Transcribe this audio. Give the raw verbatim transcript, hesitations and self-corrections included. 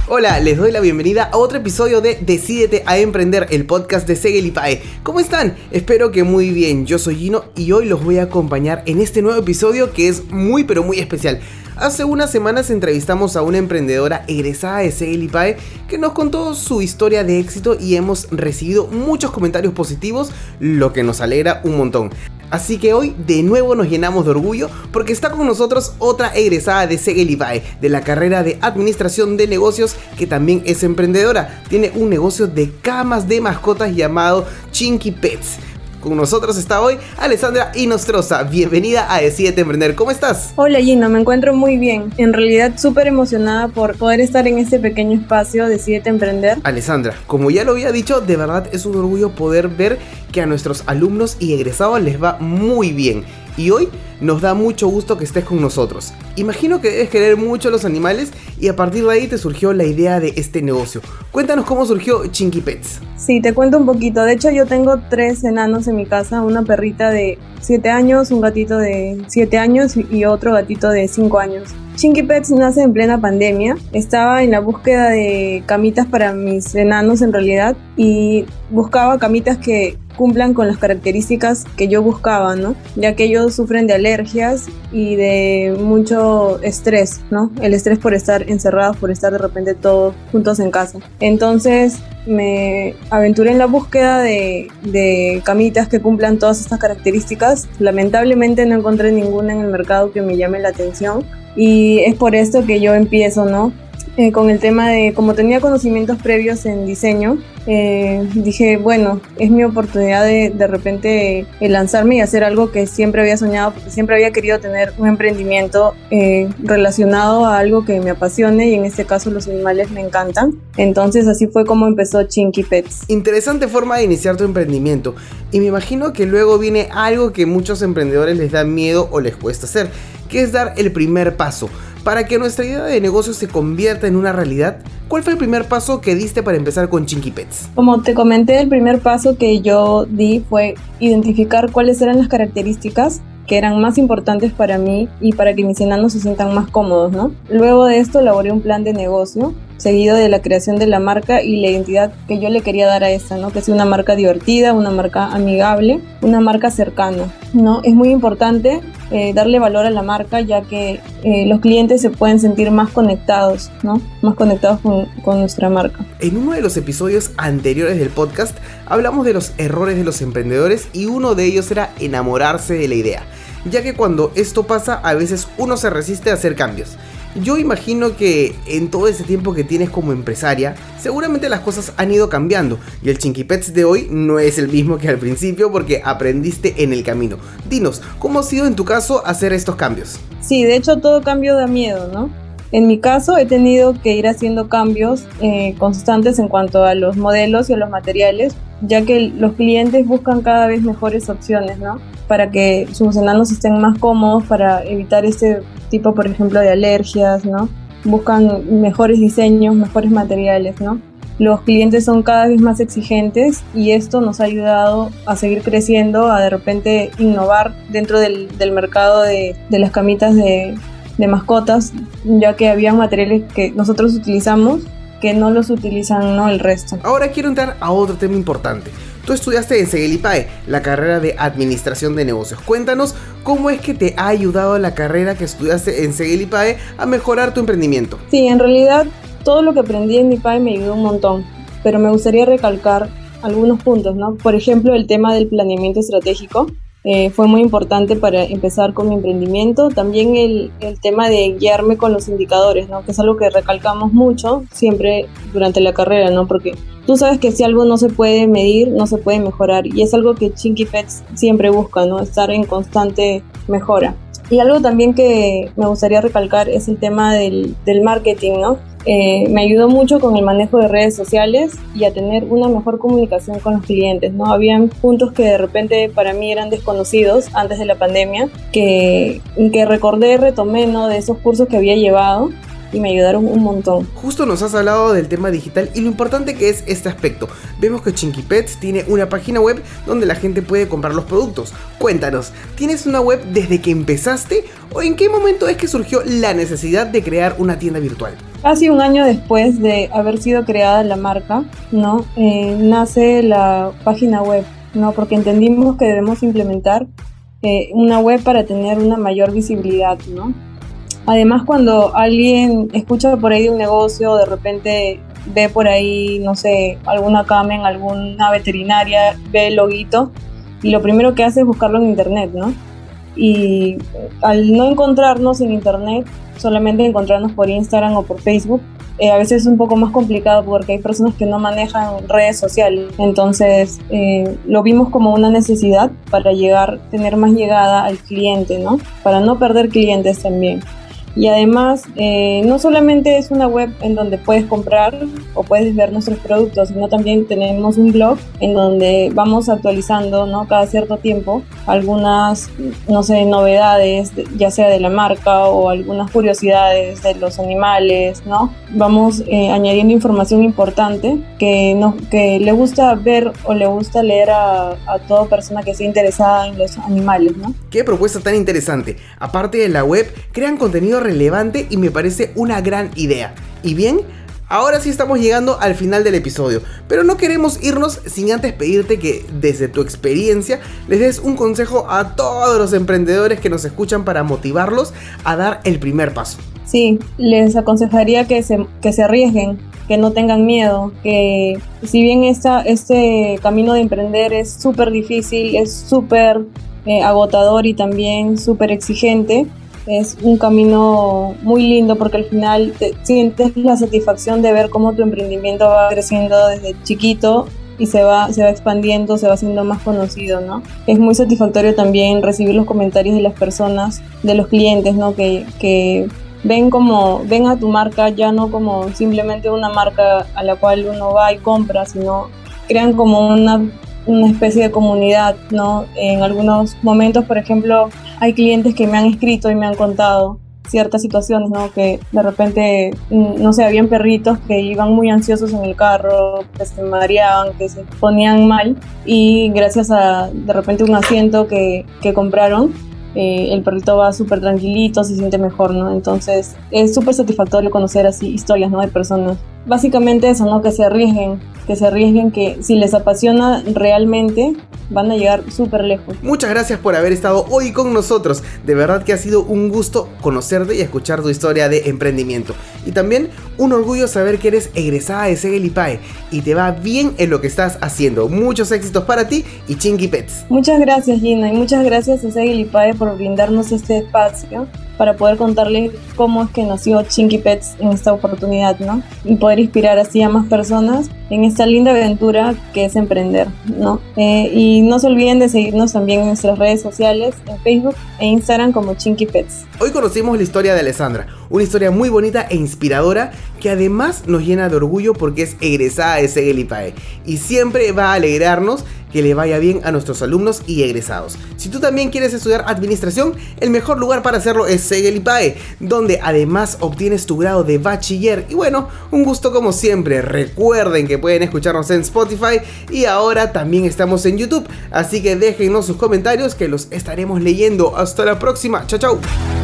Hola, les doy la bienvenida a otro episodio de Decídete a Emprender, el podcast de Segel y Pae. ¿Cómo están? Espero que muy bien. Yo soy Gino y hoy los voy a acompañar en este nuevo episodio que es muy pero muy especial. Hace unas semanas entrevistamos a una emprendedora egresada de Segel y Pae que nos contó su historia de éxito y hemos recibido muchos comentarios positivos, lo que nos alegra un montón. Así que hoy de nuevo nos llenamos de orgullo porque está con nosotros otra egresada de Segel y Pae, de la carrera de Administración de Negocios, que también es emprendedora. Tiene un negocio de camas de mascotas llamado Chinky Pets. Con nosotros está hoy Alessandra Inostroza. Bienvenida a Decídete Emprender. ¿Cómo estás? Hola Gino, me encuentro muy bien. En realidad súper emocionada por poder estar en este pequeño espacio Decídete Emprender. Alessandra, como ya lo había dicho, de verdad es un orgullo poder ver que a nuestros alumnos y egresados les va muy bien. Y hoy nos da mucho gusto que estés con nosotros. Imagino que debes querer mucho a los animales y a partir de ahí te surgió la idea de este negocio. Cuéntanos cómo surgió Chinky Pets. Sí, te cuento un poquito. De hecho, yo tengo tres enanos en mi casa. Una perrita de siete años, un gatito de siete años y otro gatito de cinco años. Chinky Pets nace en plena pandemia. Estaba en la búsqueda de camitas para mis enanos en realidad y buscaba camitas que cumplan con las características que yo buscaba, ¿no? Ya que ellos sufren de alergias y de mucho estrés, ¿no? El estrés por estar encerrados, por estar de repente todos juntos en casa. Entonces me aventuré en la búsqueda de, de camitas que cumplan todas estas características. Lamentablemente no encontré ninguna en el mercado que me llame la atención y es por esto que yo empiezo, ¿no? Eh, con el tema de, como tenía conocimientos previos en diseño, eh, dije, bueno, es mi oportunidad de de repente eh, lanzarme y hacer algo que siempre había soñado, porque siempre había querido tener un emprendimiento eh, relacionado a algo que me apasione y en este caso los animales me encantan. Entonces así fue como empezó Chinky Pets. Interesante forma de iniciar tu emprendimiento y me imagino que luego viene algo que muchos emprendedores les da miedo o les cuesta hacer, que es dar el primer paso. Para que nuestra idea de negocio se convierta en una realidad, ¿cuál fue el primer paso que diste para empezar con Chinky Pets? Como te comenté, el primer paso que yo di fue identificar cuáles eran las características que eran más importantes para mí y para que mis enanos se sientan más cómodos, ¿no? Luego de esto elaboré un plan de negocio, seguido de la creación de la marca y la identidad que yo le quería dar a esta, ¿no? Que sea una marca divertida, una marca amigable, una marca cercana, ¿no? Es muy importante eh, darle valor a la marca, ya que eh, los clientes se pueden sentir más conectados, ¿no? Más conectados con, con nuestra marca. En uno de los episodios anteriores del podcast hablamos de los errores de los emprendedores y uno de ellos era enamorarse de la idea, ya que cuando esto pasa a veces uno se resiste a hacer cambios. Yo imagino que en todo ese tiempo que tienes como empresaria, seguramente las cosas han ido cambiando y el Chinky Pets de hoy no es el mismo que al principio porque aprendiste en el camino. Dinos, ¿cómo ha sido en tu caso hacer estos cambios? Sí, de hecho todo cambio da miedo, ¿no? En mi caso he tenido que ir haciendo cambios eh, constantes en cuanto a los modelos y a los materiales, ya que los clientes buscan cada vez mejores opciones, ¿no? Para que sus enanos estén más cómodos, para evitar este tipo, por ejemplo, de alergias, ¿no? Buscan mejores diseños, mejores materiales, ¿no? Los clientes son cada vez más exigentes y esto nos ha ayudado a seguir creciendo, a de repente innovar dentro del, del mercado de, de las camitas de, de mascotas, ya que había materiales que nosotros utilizamos que no los utilizan, ¿no?, el resto. Ahora quiero entrar a otro tema importante. Tú estudiaste en Segel y Pae, la carrera de Administración de Negocios. Cuéntanos cómo es que te ha ayudado la carrera que estudiaste en Segel y Pae a mejorar tu emprendimiento. Sí, en realidad todo lo que aprendí en mi Pae me ayudó un montón, pero me gustaría recalcar algunos puntos, ¿no? Por ejemplo, el tema del planeamiento estratégico. Eh, fue muy importante para empezar con mi emprendimiento. También el, el tema de guiarme con los indicadores, ¿no? Que es algo que recalcamos mucho siempre durante la carrera, ¿no? Porque tú sabes que si algo no se puede medir, no se puede mejorar. Y es algo que Chinky Pets siempre busca, ¿no? Estar en constante mejora. Y algo también que me gustaría recalcar es el tema del, del marketing, ¿no? Eh, me ayudó mucho con el manejo de redes sociales y a tener una mejor comunicación con los clientes, ¿no? Habían puntos que de repente para mí eran desconocidos antes de la pandemia, que, que recordé, retomé, ¿no?, de esos cursos que había llevado y me ayudaron un montón. Justo nos has hablado del tema digital y lo importante que es este aspecto. Vemos que Chinky Pets tiene una página web donde la gente puede comprar los productos. Cuéntanos, ¿tienes una web desde que empezaste o en qué momento es que surgió la necesidad de crear una tienda virtual? Casi un año después de haber sido creada la marca, ¿no? Eh, nace la página web, ¿no? Porque entendimos que debemos implementar eh, una web para tener una mayor visibilidad, ¿no? Además, cuando alguien escucha por ahí de un negocio, de repente ve por ahí, no sé, alguna cama en alguna veterinaria, ve el loguito y lo primero que hace es buscarlo en internet, ¿no? Y al no encontrarnos en internet, solamente encontrarnos por Instagram o por Facebook, eh, a veces es un poco más complicado porque hay personas que no manejan redes sociales. Entonces eh, lo vimos como una necesidad para llegar, tener más llegada al cliente, ¿no? Para no perder clientes también. Y además, eh, no solamente es una web en donde puedes comprar o puedes ver nuestros productos, sino también tenemos un blog en donde vamos actualizando, ¿no? Cada cierto tiempo algunas, no sé, novedades, ya sea de la marca o algunas curiosidades de los animales, ¿no? Vamos eh, añadiendo información importante que, no, que le gusta ver o le gusta leer a, a toda persona que esté interesada en los animales, ¿no? Qué propuesta tan interesante. Aparte de la web, crean contenido relevante y me parece una gran idea. Y bien, ahora sí estamos llegando al final del episodio, pero no queremos irnos sin antes pedirte que desde tu experiencia les des un consejo a todos los emprendedores que nos escuchan para motivarlos a dar el primer paso. Sí, les aconsejaría que se, que se arriesguen, que no tengan miedo, que si bien esta, este camino de emprender es súper difícil, es súper eh, agotador y también súper exigente, es un camino muy lindo porque al final te sientes la satisfacción de ver cómo tu emprendimiento va creciendo desde chiquito y se va, se va expandiendo, se va haciendo más conocido, ¿no? Es muy satisfactorio también recibir los comentarios de las personas, de los clientes, ¿no? Que, que ven como, ven a tu marca ya no como simplemente una marca a la cual uno va y compra, sino crean como una una especie de comunidad, ¿no? En algunos momentos, por ejemplo, hay clientes que me han escrito y me han contado ciertas situaciones, ¿no? Que de repente, no sé, habían perritos que iban muy ansiosos en el carro, que se mareaban, que se ponían mal y gracias a de repente un asiento que, que compraron, eh, el perrito va súper tranquilito, se siente mejor, ¿no? Entonces es súper satisfactorio conocer así historias, ¿no? De personas. Básicamente eso, ¿no? Que se arriesguen, que se arriesguen, que si les apasiona realmente van a llegar súper lejos. Muchas gracias por haber estado hoy con nosotros. De verdad que ha sido un gusto conocerte y escuchar tu historia de emprendimiento. Y también un orgullo saber que eres egresada de Segel y Pae y te va bien en lo que estás haciendo. Muchos éxitos para ti y Chinky Pets. Muchas gracias, Gina, y muchas gracias a Segel y Pae por brindarnos este espacio para poder contarles cómo es que nació Chinky Pets en esta oportunidad, ¿no? Y poder inspirar así a más personas en esta linda aventura que es emprender, ¿no? Eh, y no se olviden de seguirnos también en nuestras redes sociales, en Facebook e Instagram como Chinky Pets. Hoy conocimos la historia de Alessandra, una historia muy bonita e inspiradora que además nos llena de orgullo porque es egresada de Segel y Pae y siempre va a alegrarnos que le vaya bien a nuestros alumnos y egresados. Si tú también quieres estudiar administración, el mejor lugar para hacerlo es Segel y Pae, donde además obtienes tu grado de bachiller. Y bueno, un gusto como siempre. Recuerden que pueden escucharnos en Spotify y ahora también estamos en YouTube. Así que déjennos sus comentarios que los estaremos leyendo. Hasta la próxima. Chao, chao.